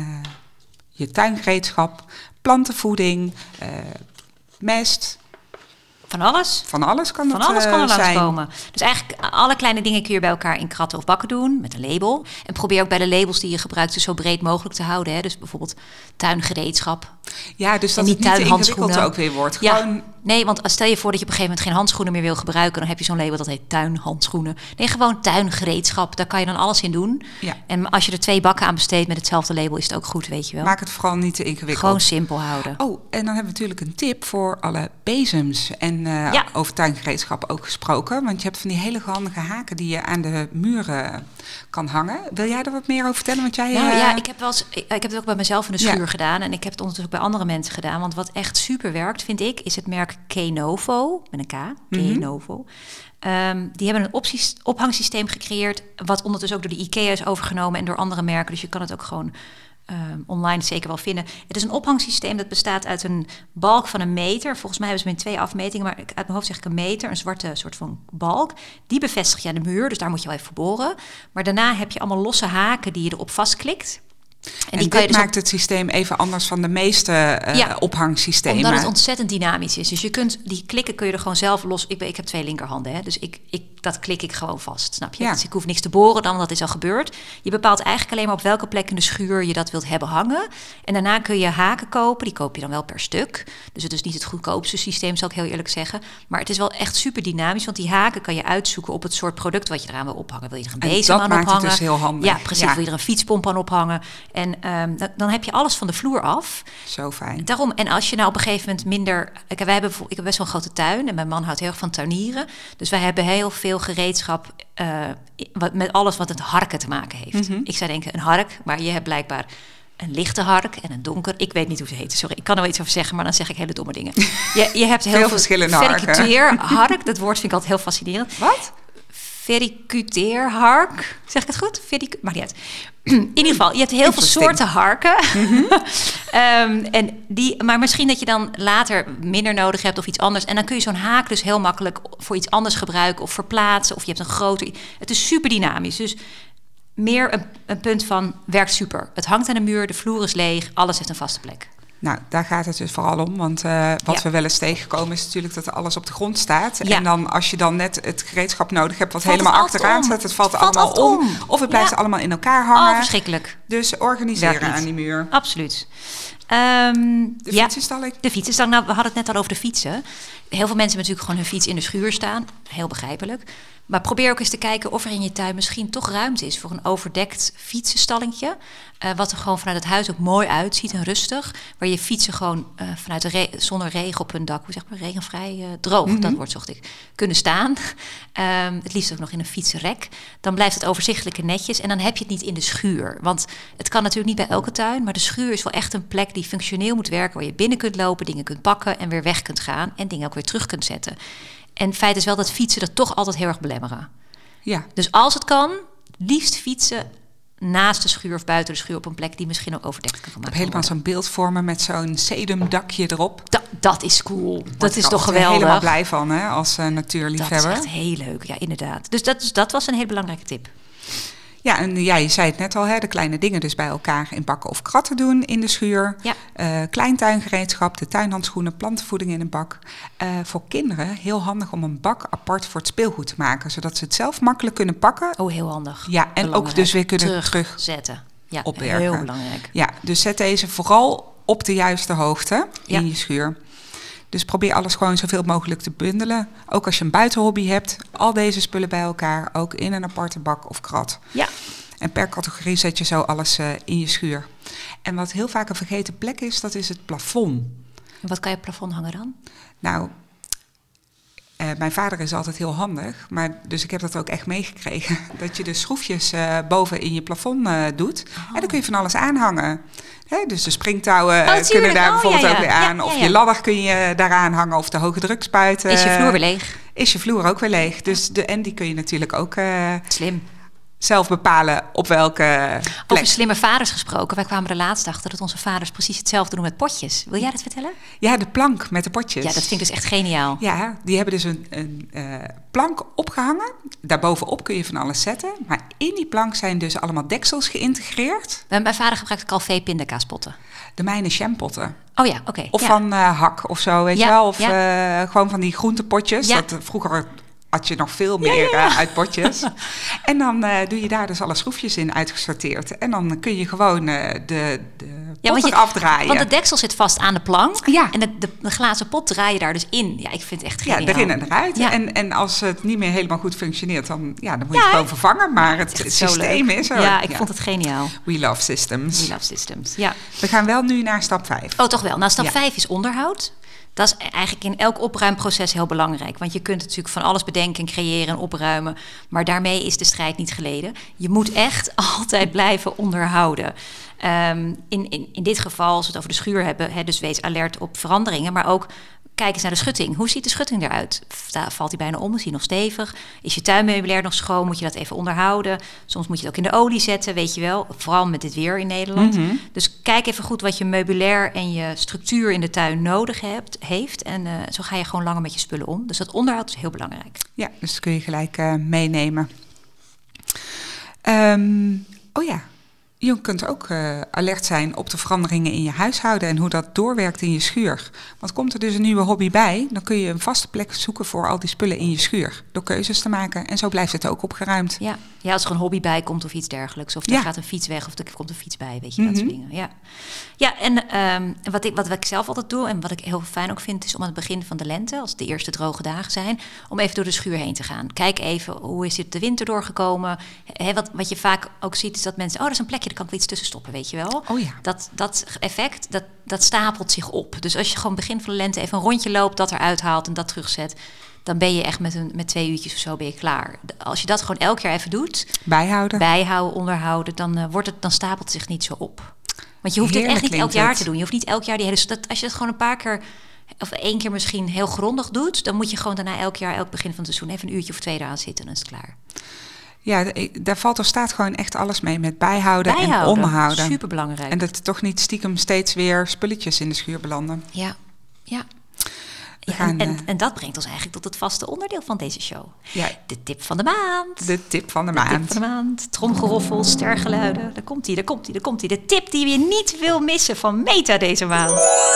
Speaker 1: je tuingereedschap, plantenvoeding, mest.
Speaker 2: Van alles?
Speaker 1: Van alles kan
Speaker 2: dat zijn. Van alles kan er langskomen.
Speaker 1: zijn.
Speaker 2: Dus eigenlijk alle kleine dingen kun je bij elkaar in kratten of bakken doen met een label. En probeer ook bij de labels die je gebruikt dus zo breed mogelijk te houden. Hè? Dus bijvoorbeeld tuingereedschap.
Speaker 1: Ja, dus dat het niet te ingewikkeld ook weer wordt. Gewoon...
Speaker 2: Ja, nee, want stel je voor dat je op een gegeven moment geen handschoenen meer wil gebruiken. Dan heb je zo'n label dat heet tuinhandschoenen. Nee, gewoon tuingereedschap. Daar kan je dan alles in doen. Ja. En als je er 2 bakken aan besteedt met hetzelfde label is het ook goed, weet je wel.
Speaker 1: Maak het vooral niet te ingewikkeld.
Speaker 2: Gewoon simpel houden.
Speaker 1: Oh, en dan hebben we natuurlijk een tip voor alle bezems. En over tuingereedschap ook gesproken. Want je hebt van die hele handige haken die je aan de muren kan hangen. Wil jij er wat meer over vertellen? Want jij,
Speaker 2: ik heb het ook bij mezelf in de schuur gedaan. En ik heb het ondertussen ook bij andere mensen gedaan. Want wat echt super werkt, vind ik, is het merk Kenovo. Met een K. Kenovo. Die hebben een ophangsysteem gecreëerd. Wat ondertussen ook door de IKEA is overgenomen. En door andere merken. Dus je kan het ook gewoon online zeker wel vinden. Het is een ophangsysteem dat bestaat uit een balk van 1 meter. Volgens mij hebben ze hem in 2 afmetingen, maar uit mijn hoofd zeg ik 1 meter. Een zwarte soort van balk. Die bevestig je aan de muur, dus daar moet je wel even voor boren. Maar daarna heb je allemaal losse haken die je erop vastklikt.
Speaker 1: En die dit dus maakt het systeem even anders van de meeste ophangsystemen.
Speaker 2: Omdat het ontzettend dynamisch is. Dus je kunt die klikken kun je er gewoon zelf los. Ik heb 2 linkerhanden, hè, dus ik dat klik ik gewoon vast, snap je?
Speaker 1: Ja.
Speaker 2: Dus ik hoef niks te boren dan, want dat is al gebeurd. Je bepaalt eigenlijk alleen maar op welke plek in de schuur je dat wilt hebben hangen. En daarna kun je haken kopen. Die koop je dan wel per stuk. Dus het is niet het goedkoopste systeem, zal ik heel eerlijk zeggen. Maar het is wel echt super dynamisch, want die haken kan je uitzoeken op het soort product wat je eraan wil ophangen. Wil je er een bezem aan ophangen?
Speaker 1: Dat maakt het dus heel handig.
Speaker 2: Ja, precies. Wil je er een fietspomp aan ophangen? En dan heb je alles van de vloer af.
Speaker 1: Zo fijn.
Speaker 2: Daarom, en als je nou op een gegeven moment minder... Ik heb best wel een grote tuin en mijn man houdt heel erg van tuinieren. Dus wij hebben heel veel gereedschap met alles wat met harken te maken heeft. Ik zou denken een hark, maar je hebt blijkbaar een lichte hark en een donker. Ik weet niet hoe ze heten, sorry. Ik kan er wel iets over zeggen, maar dan zeg ik hele domme dingen. Je hebt heel veel
Speaker 1: verschillende harken.
Speaker 2: Verricuteerhark, dat woord vind ik altijd heel fascinerend.
Speaker 1: Wat?
Speaker 2: Verricuteerhark. Zeg ik het goed? Maakt niet uit. In ieder geval, je hebt heel veel soorten harken. Maar misschien dat je dan later minder nodig hebt of iets anders. En dan kun je zo'n haak dus heel makkelijk voor iets anders gebruiken of verplaatsen. Of je hebt een groter... Het is super dynamisch. Dus meer een punt van werkt super. Het hangt aan de muur, de vloer is leeg, alles heeft een vaste plek.
Speaker 1: Nou, daar gaat het dus vooral om. Want wat we wel eens tegenkomen is natuurlijk dat alles op de grond staat.
Speaker 2: Ja.
Speaker 1: En dan als je dan net het gereedschap nodig hebt wat
Speaker 2: Valt
Speaker 1: helemaal
Speaker 2: het altijd
Speaker 1: achteraan
Speaker 2: om.
Speaker 1: staat, het valt
Speaker 2: Valt
Speaker 1: allemaal
Speaker 2: altijd
Speaker 1: om. Of het blijft allemaal in elkaar hangen.
Speaker 2: Oh, verschrikkelijk.
Speaker 1: Dus organiseren
Speaker 2: Werkt niet.
Speaker 1: aan die muur.
Speaker 2: Absoluut.
Speaker 1: De fietsenstalling.
Speaker 2: De fietsenstalling. Nou, we hadden het net al over de fietsen. Heel veel mensen hebben natuurlijk gewoon hun fiets in de schuur staan. Heel begrijpelijk. Maar probeer ook eens te kijken of er in je tuin misschien toch ruimte is voor een overdekt fietsenstallingje. Wat er gewoon vanuit het huis ook mooi uitziet en rustig. Waar je fietsen gewoon vanuit zonder regen op hun dak, hoe zeg maar, regenvrij droog, dat woord zocht ik, kunnen staan. Het liefst ook nog in een fietsenrek. Dan blijft het overzichtelijk en netjes. En dan heb je het niet in de schuur. Want het kan natuurlijk niet bij elke tuin. Maar de schuur is wel echt een plek die functioneel moet werken. Waar je binnen kunt lopen, dingen kunt pakken en weer weg kunt gaan. En dingen ook weer terug kunt zetten. En het feit is wel dat fietsen dat toch altijd heel erg belemmeren.
Speaker 1: Ja.
Speaker 2: Dus als het kan, liefst fietsen naast de schuur of buiten de schuur op een plek die misschien ook overdekt kan gemaakt worden.
Speaker 1: Helemaal zo'n beeld vormen met zo'n sedumdakje erop.
Speaker 2: Dat is cool. Dat is toch
Speaker 1: geweldig.
Speaker 2: geweldig.
Speaker 1: Helemaal blij van, hè, als natuurliefhebber.
Speaker 2: Dat is echt heel leuk, ja, inderdaad. Dus dat was een hele belangrijke tip.
Speaker 1: Ja, en je zei het net al, hè, de kleine dingen dus bij elkaar in bakken of kratten doen in de schuur.
Speaker 2: Ja.
Speaker 1: Klein tuingereedschap, de tuinhandschoenen, plantenvoeding in een bak. Voor kinderen heel handig om een bak apart voor het speelgoed te maken, zodat ze het zelf makkelijk kunnen pakken.
Speaker 2: Oh, heel handig.
Speaker 1: Ja, en ook dus weer kunnen
Speaker 2: terugzetten. Ja,
Speaker 1: opbergen.
Speaker 2: Heel belangrijk.
Speaker 1: Ja, dus zet deze vooral op de juiste hoogte in je schuur. Dus probeer alles gewoon zoveel mogelijk te bundelen. Ook als je een buitenhobby hebt, al deze spullen bij elkaar, ook in een aparte bak of krat.
Speaker 2: Ja.
Speaker 1: En per categorie zet je zo alles in je schuur. En wat heel vaak een vergeten plek is, dat is het plafond.
Speaker 2: En wat kan je op het plafond hangen dan?
Speaker 1: Nou, mijn vader is altijd heel handig, dus ik heb dat ook echt meegekregen. Dat je de schroefjes boven in je plafond doet. En dan kun je van alles aanhangen. Dus de springtouwen kunnen daar bijvoorbeeld ook weer aan. Of je ladder kun je daaraan hangen. Of de hoge drukspuit.
Speaker 2: Is je vloer weer leeg?
Speaker 1: Is je vloer ook weer leeg. Dus die kun je natuurlijk ook
Speaker 2: slim
Speaker 1: zelf bepalen op welke plek.
Speaker 2: Over slimme vaders gesproken. Wij kwamen er laatst achter dat onze vaders precies hetzelfde doen met potjes. Wil jij dat vertellen?
Speaker 1: Ja, de plank met de potjes.
Speaker 2: Ja, dat vind ik dus echt geniaal.
Speaker 1: Ja, die hebben dus een plank opgehangen. Daarbovenop kun je van alles zetten. Maar in die plank zijn dus allemaal deksels geïntegreerd.
Speaker 2: Mijn vader gebruikt Calvé pindakaaspotten.
Speaker 1: De mijne jampotten.
Speaker 2: Oh ja, oké.
Speaker 1: Of van hak of zo, weet je wel. Of gewoon van die groentepotjes.
Speaker 2: Ja.
Speaker 1: Dat vroeger had je nog veel meer uit potjes. En dan doe je daar dus alle schroefjes in uitgesorteerd. En dan kun je gewoon de pot afdraaien.
Speaker 2: Want de deksel zit vast aan de plank.
Speaker 1: Ja.
Speaker 2: En de glazen pot draai je daar dus in. Ja, ik vind het echt geniaal.
Speaker 1: Ja, erin en eruit.
Speaker 2: Ja.
Speaker 1: En als het niet meer helemaal goed functioneert, dan moet je het gewoon vervangen. Maar het systeem is er.
Speaker 2: Ja, ik vond het geniaal.
Speaker 1: We love systems.
Speaker 2: We love systems, ja.
Speaker 1: We gaan wel nu naar stap 5.
Speaker 2: Oh, toch wel. Nou, stap 5 is onderhoud. Dat is eigenlijk in elk opruimproces heel belangrijk. Want je kunt natuurlijk van alles bedenken en creëren en opruimen. Maar daarmee is de strijd niet geleden. Je moet echt altijd blijven onderhouden. In dit geval, als we het over de schuur hebben, dus wees alert op veranderingen. Maar ook kijk eens naar de schutting. Hoe ziet de schutting eruit? Valt die bijna om? Is die nog stevig? Is je tuinmeubilair nog schoon? Moet je dat even onderhouden? Soms moet je het ook in de olie zetten, weet je wel. Vooral met dit weer in Nederland. Mm-hmm. Dus kijk even goed wat je meubilair en je structuur in de tuin nodig heeft. En zo ga je gewoon langer met je spullen om. Dus dat onderhoud is heel belangrijk.
Speaker 1: Ja, dus dat kun je gelijk meenemen. Je kunt ook alert zijn op de veranderingen in je huishouden en hoe dat doorwerkt in je schuur. Want komt er dus een nieuwe hobby bij, dan kun je een vaste plek zoeken voor al die spullen in je schuur. Door keuzes te maken en zo blijft het ook opgeruimd.
Speaker 2: Ja, als er een hobby bij komt of iets dergelijks. Of er gaat een fiets weg of er komt een fiets bij, weet je, dat soort dingen. Ja, en wat ik zelf altijd doe en wat ik heel fijn ook vind, is om aan het begin van de lente, als het de eerste droge dagen zijn, om even door de schuur heen te gaan. Kijk even, hoe is dit de winter doorgekomen? Wat je vaak ook ziet, is dat mensen, dat is een plekje, daar kan ik wel iets tussen stoppen, weet je wel.
Speaker 1: Oh ja.
Speaker 2: Dat effect, dat stapelt zich op. Dus als je gewoon begin van de lente even een rondje loopt, dat eruit haalt en dat terugzet, dan ben je echt met 2 uurtjes of zo ben je klaar. Als je dat gewoon elk jaar even doet, bijhouden, onderhouden, dan stapelt het zich niet zo op. Want je hoeft het echt niet elk jaar te doen. Je hoeft niet elk jaar als je het gewoon een paar keer of 1 keer misschien heel grondig doet, dan moet je gewoon daarna elk begin van het seizoen even een uurtje of 2 eraan zitten en dan is het klaar.
Speaker 1: Ja, daar staat gewoon echt alles mee met bijhouden en onderhouden.
Speaker 2: Superbelangrijk.
Speaker 1: En dat toch niet stiekem steeds weer spulletjes in de schuur belanden.
Speaker 2: Ja. En dat brengt ons eigenlijk tot het vaste onderdeel van deze show.
Speaker 1: Ja.
Speaker 2: De tip van de maand.
Speaker 1: De tip van de maand.
Speaker 2: Tromgeroffel, stergeluiden. Daar komt hij. De tip die je niet wil missen van Meta deze maand.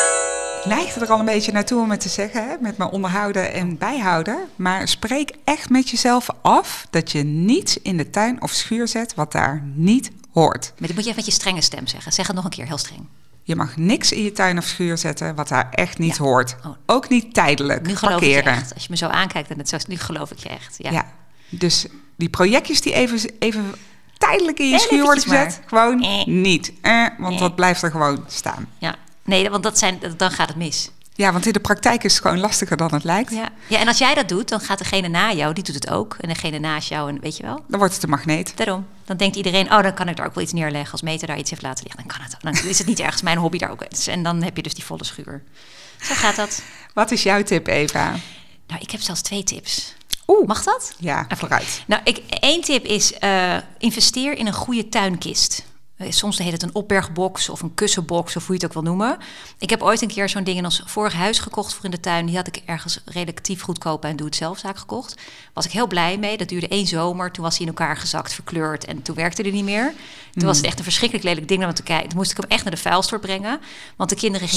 Speaker 1: Ik neigde er al een beetje naartoe om het te zeggen, met mijn onderhouden en bijhouden. Maar spreek echt met jezelf af dat je niets in de tuin of schuur zet wat daar niet hoort.
Speaker 2: Maar dit moet je even met je strenge stem zeggen. Zeg het nog een keer, heel streng.
Speaker 1: Je mag niks in je tuin of schuur zetten wat daar echt niet hoort. Oh. Ook niet tijdelijk.
Speaker 2: Nu geloof ik je echt. Als je me zo aankijkt en nu geloof ik je echt. Ja.
Speaker 1: Dus die projectjes die even tijdelijk in je schuur worden gezet, gewoon niet. Want dat blijft er gewoon staan.
Speaker 2: Ja. Nee, want dan gaat het mis.
Speaker 1: Ja, want in de praktijk is het gewoon lastiger dan het lijkt.
Speaker 2: Ja, en als jij dat doet, dan gaat degene na jou, die doet het ook. En degene naast jou, en weet je wel.
Speaker 1: Dan wordt het een magneet.
Speaker 2: Daarom. Dan denkt iedereen, dan kan ik daar ook wel iets neerleggen. Als Meta daar iets heeft laten liggen, dan kan het. Dan is het niet ergens mijn hobby daar ook. En dan heb je dus die volle schuur. Zo gaat dat.
Speaker 1: Wat is jouw tip, Eva?
Speaker 2: Nou, ik heb zelfs 2 tips.
Speaker 1: Mag
Speaker 2: dat?
Speaker 1: Ja, vooruit.
Speaker 2: Nou, 1 tip is investeer in een goede tuinkist. Soms heet het een opbergbox of een kussenbox of hoe je het ook wil noemen. Ik heb ooit een keer zo'n ding in ons vorige huis gekocht voor in de tuin. Die had ik ergens relatief goedkoop bij een doe-het-zelfzaak gekocht. Was ik heel blij mee. Dat duurde 1 zomer. Toen was hij in elkaar gezakt, verkleurd en toen werkte hij niet meer. Toen was het echt een verschrikkelijk lelijk ding om te kijken. Toen moest ik hem echt naar de vuilstort brengen. Want de kinderen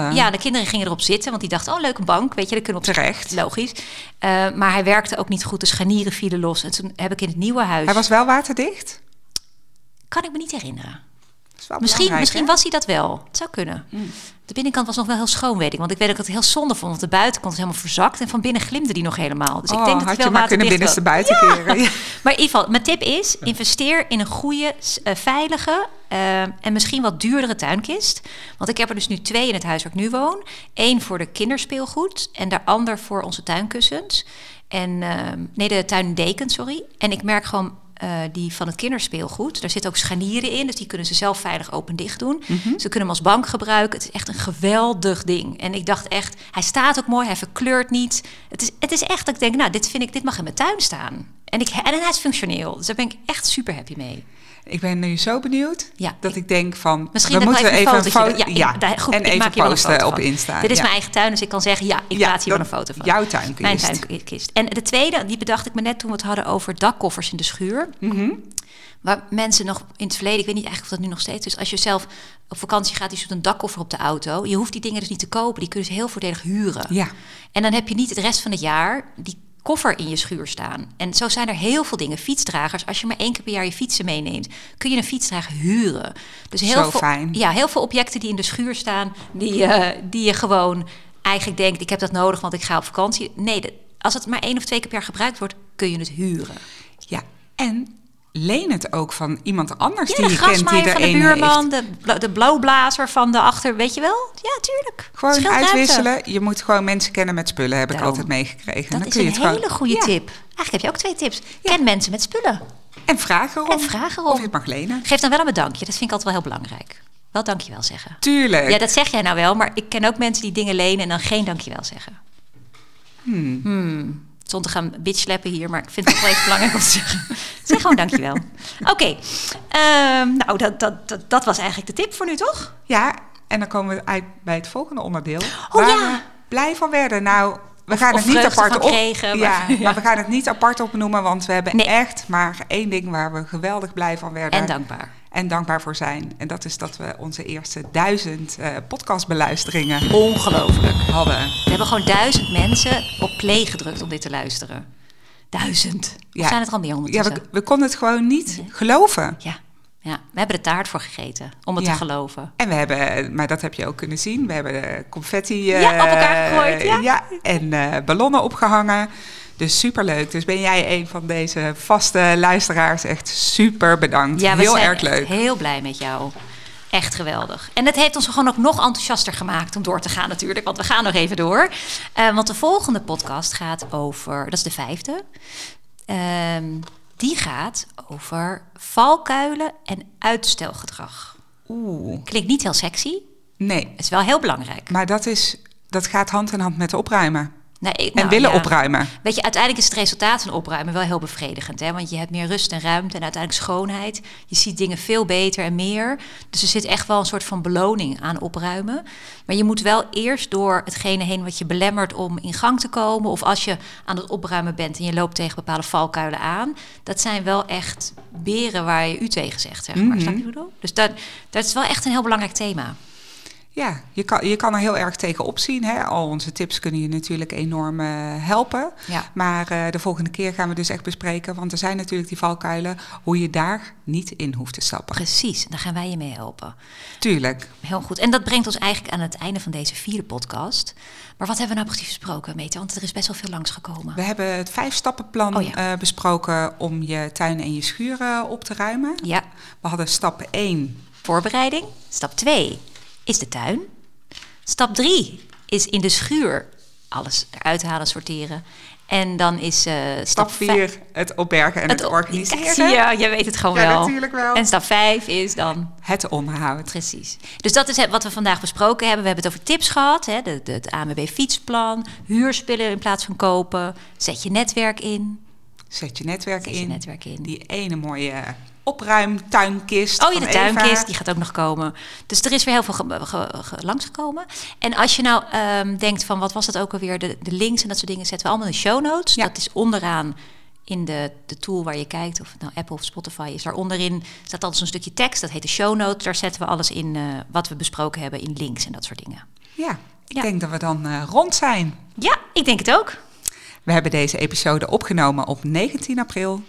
Speaker 2: gingen erop zitten. Want die dachten, leuke bank, weet je, dat kunnen we op
Speaker 1: terecht.
Speaker 2: Logisch. Maar hij werkte ook niet goed. De scharnieren vielen los. En toen heb ik in het nieuwe huis...
Speaker 1: Hij was wel waterdicht?
Speaker 2: Kan ik me niet herinneren.
Speaker 1: Misschien
Speaker 2: was hij dat wel. Het zou kunnen. De binnenkant was nog wel heel schoon, weet ik. Want ik weet dat ik het heel zonde vond. Want de buitenkant was helemaal verzakt. En van binnen glimde die nog helemaal. Dus ik denk dat
Speaker 1: had
Speaker 2: wel
Speaker 1: je maar kunnen binnenstebuiten keren. Ja.
Speaker 2: Maar in ieder geval, mijn tip is... investeer in een goede, veilige... en misschien wat duurdere tuinkist. Want ik heb er dus nu 2 in het huis waar ik nu woon. 1 voor de kinderspeelgoed. En de ander voor onze tuinkussens. De tuindekens, sorry. En ik merk gewoon... die van het kinderspeelgoed. Daar zitten ook scharnieren in, dus die kunnen ze zelf veilig open-dicht doen. Ze kunnen hem als bank gebruiken. Het is echt een geweldig ding. En ik dacht echt, hij staat ook mooi, hij verkleurt niet. Het is echt dat ik denk, dit mag in mijn tuin staan. En hij is functioneel. Dus daar ben ik echt super happy mee.
Speaker 1: Ik ben nu zo benieuwd dat ik denk van...
Speaker 2: Misschien
Speaker 1: we moeten even een foto...
Speaker 2: Goed,
Speaker 1: en even posten op Insta.
Speaker 2: Dit is mijn eigen tuin, dus ik kan zeggen... ik plaats hier wel een foto van.
Speaker 1: Jouw tuinkist.
Speaker 2: Mijn tuinkist. En de tweede, die bedacht ik me net toen we het hadden over dakkoffers in de schuur. Waar mensen nog in het verleden... ik weet niet eigenlijk of dat nu nog steeds is... als je zelf op vakantie gaat, je doet een dakkoffer op de auto. Je hoeft die dingen dus niet te kopen. Die kunnen ze heel voordelig huren. Ja. En dan heb je niet het rest van het jaar... die koffer in je schuur staan. En zo zijn er heel veel dingen. Fietsdragers, als je maar 1 keer per jaar je fietsen meeneemt... kun je een fietsdrager huren. Dus heel veel objecten die in de schuur staan... die je gewoon eigenlijk denkt... ik heb dat nodig, want ik ga op vakantie. Nee, als het maar 1 of 2 keer per jaar gebruikt wordt... kun je het huren.
Speaker 1: Ja, en... leen het ook van iemand anders
Speaker 2: die
Speaker 1: je kent die er een
Speaker 2: buurman, de blauwblazer van de achter, weet je wel? Ja, tuurlijk.
Speaker 1: Gewoon uitwisselen. Je moet gewoon mensen kennen met spullen, heb ik altijd meegekregen.
Speaker 2: Dat is een hele goede tip. Eigenlijk heb je ook 2 tips. Ken mensen met spullen.
Speaker 1: En vraag erom. Of je het mag lenen.
Speaker 2: Geef dan wel een bedankje. Dat vind ik altijd wel heel belangrijk. Wel dankjewel zeggen.
Speaker 1: Tuurlijk.
Speaker 2: Ja, dat zeg jij nou wel. Maar ik ken ook mensen die dingen lenen en dan geen dankjewel zeggen. Zonder te gaan bitchslappen hier, maar ik vind het wel even belangrijk om te zeggen. Zeg gewoon dankjewel. Oké. Dat was eigenlijk de tip voor nu, toch?
Speaker 1: Ja, en dan komen we uit bij het volgende onderdeel. Waar we blij van werden. Nou, we gaan het niet apart maar we gaan het niet apart opnoemen, want we hebben echt maar 1 ding waar we geweldig blij van werden.
Speaker 2: En dankbaar.
Speaker 1: en dankbaar voor zijn. En dat is dat we onze eerste 1000 podcastbeluisteringen
Speaker 2: Ongelooflijk.
Speaker 1: hadden.
Speaker 2: We hebben gewoon 1000 mensen op play gedrukt om dit te luisteren. 1000. Of
Speaker 1: Ja.
Speaker 2: zijn het er al meer
Speaker 1: Ja,
Speaker 2: ondertussen?
Speaker 1: we konden het gewoon niet geloven.
Speaker 2: Ja, we hebben de taart voor gegeten om het
Speaker 1: Ja.
Speaker 2: te geloven.
Speaker 1: En we hebben, maar dat heb je ook kunnen zien, we hebben de confetti
Speaker 2: Ja, op elkaar gegooid, ja.
Speaker 1: en ballonnen opgehangen. Dus superleuk. Dus ben jij een van deze vaste luisteraars, echt super bedankt.
Speaker 2: Ja, we
Speaker 1: heel
Speaker 2: zijn
Speaker 1: erg leuk.
Speaker 2: echt heel blij met jou. Echt geweldig. En het heeft ons gewoon ook nog enthousiaster gemaakt om door te gaan natuurlijk. Want we gaan nog even door. Want de volgende podcast gaat over... Dat is de 5e. Die gaat over valkuilen en uitstelgedrag. Klinkt niet heel sexy.
Speaker 1: Nee,
Speaker 2: Het is wel heel belangrijk.
Speaker 1: maar dat gaat hand in hand met opruimen.
Speaker 2: Nee,
Speaker 1: En willen opruimen.
Speaker 2: Weet je, uiteindelijk is het resultaat van opruimen wel heel bevredigend. Hè? Want je hebt meer rust en ruimte en uiteindelijk schoonheid. Je ziet dingen veel beter en meer. Dus er zit echt wel een soort van beloning aan opruimen. Maar je moet wel eerst door hetgene heen wat je belemmert om in gang te komen. Of als je aan het opruimen bent en je loopt tegen bepaalde valkuilen aan. Dat zijn wel echt beren waar je u tegen zegt, zeg maar. Snap je wat ik bedoel? Dus dat is wel echt een heel belangrijk thema.
Speaker 1: Ja, je kan er heel erg tegen opzien. Hè? Al onze tips kunnen je natuurlijk enorm helpen.
Speaker 2: Ja.
Speaker 1: Maar de volgende keer gaan we dus echt bespreken... want er zijn natuurlijk die valkuilen... hoe je daar niet in hoeft te stappen.
Speaker 2: Precies, daar gaan wij je mee helpen.
Speaker 1: Tuurlijk.
Speaker 2: Heel goed. En dat brengt ons eigenlijk aan het einde van deze 4e podcast. Maar wat hebben we nou precies besproken, Meta? Want er is best wel veel langsgekomen.
Speaker 1: We hebben het 5-stappenplan besproken... om je tuin en je schuur op te ruimen.
Speaker 2: Ja.
Speaker 1: We hadden stap 1...
Speaker 2: Voorbereiding. Stap 2 is de tuin. Stap 3 is in de schuur alles eruit halen, sorteren. En dan is
Speaker 1: Stap 4 het opbergen en het organiseren.
Speaker 2: Zie je, jij weet het gewoon
Speaker 1: Ja,
Speaker 2: wel.
Speaker 1: natuurlijk wel.
Speaker 2: En stap 5 is dan...
Speaker 1: Het onderhoud.
Speaker 2: Precies. Dus dat is wat we vandaag besproken hebben. We hebben het over tips gehad. Hè? Het ANWB fietsplan. Huurspullen in plaats van kopen. Zet je netwerk in.
Speaker 1: Zet je netwerk
Speaker 2: Zet je netwerk in.
Speaker 1: Die ene mooie opruimtuinkist.
Speaker 2: Oh ja,
Speaker 1: van
Speaker 2: de tuinkist,
Speaker 1: Eva.
Speaker 2: die gaat ook nog komen. Dus er is weer heel veel langsgekomen. En als je nou denkt van, wat was dat ook alweer? De links en dat soort dingen zetten we allemaal in de show notes.
Speaker 1: Ja.
Speaker 2: Dat is onderaan in de tool waar je kijkt, of het nou Apple of Spotify is. Daar onderin staat altijd zo'n stukje tekst, dat heet de show notes. Daar zetten we alles in wat we besproken hebben in links en dat soort dingen.
Speaker 1: Ja, ik denk dat we dan rond zijn.
Speaker 2: Ja, ik denk het ook.
Speaker 1: We hebben deze episode opgenomen op 19 april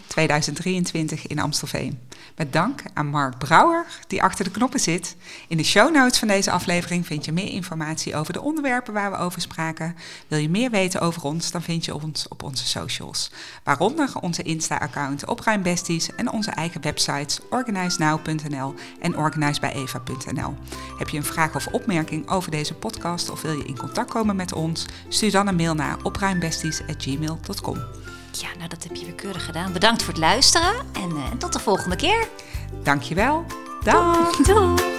Speaker 1: 2023 in Amstelveen. Met dank aan Mark Brouwer, die achter de knoppen zit. In de show notes van deze aflevering vind je meer informatie over de onderwerpen waar we over spraken. Wil je meer weten over ons, dan vind je ons op onze socials. Waaronder onze Insta-account Opruimbesties en onze eigen websites organizenow.nl en organizebijeva.nl. Heb je een vraag of opmerking over deze podcast of wil je in contact komen met ons? Stuur dan een mail naar opruimbesties@gmail.com.
Speaker 2: Ja, nou dat heb je weer keurig gedaan. Bedankt voor het luisteren en tot de volgende keer.
Speaker 1: Dankjewel. Dag.
Speaker 2: Doei.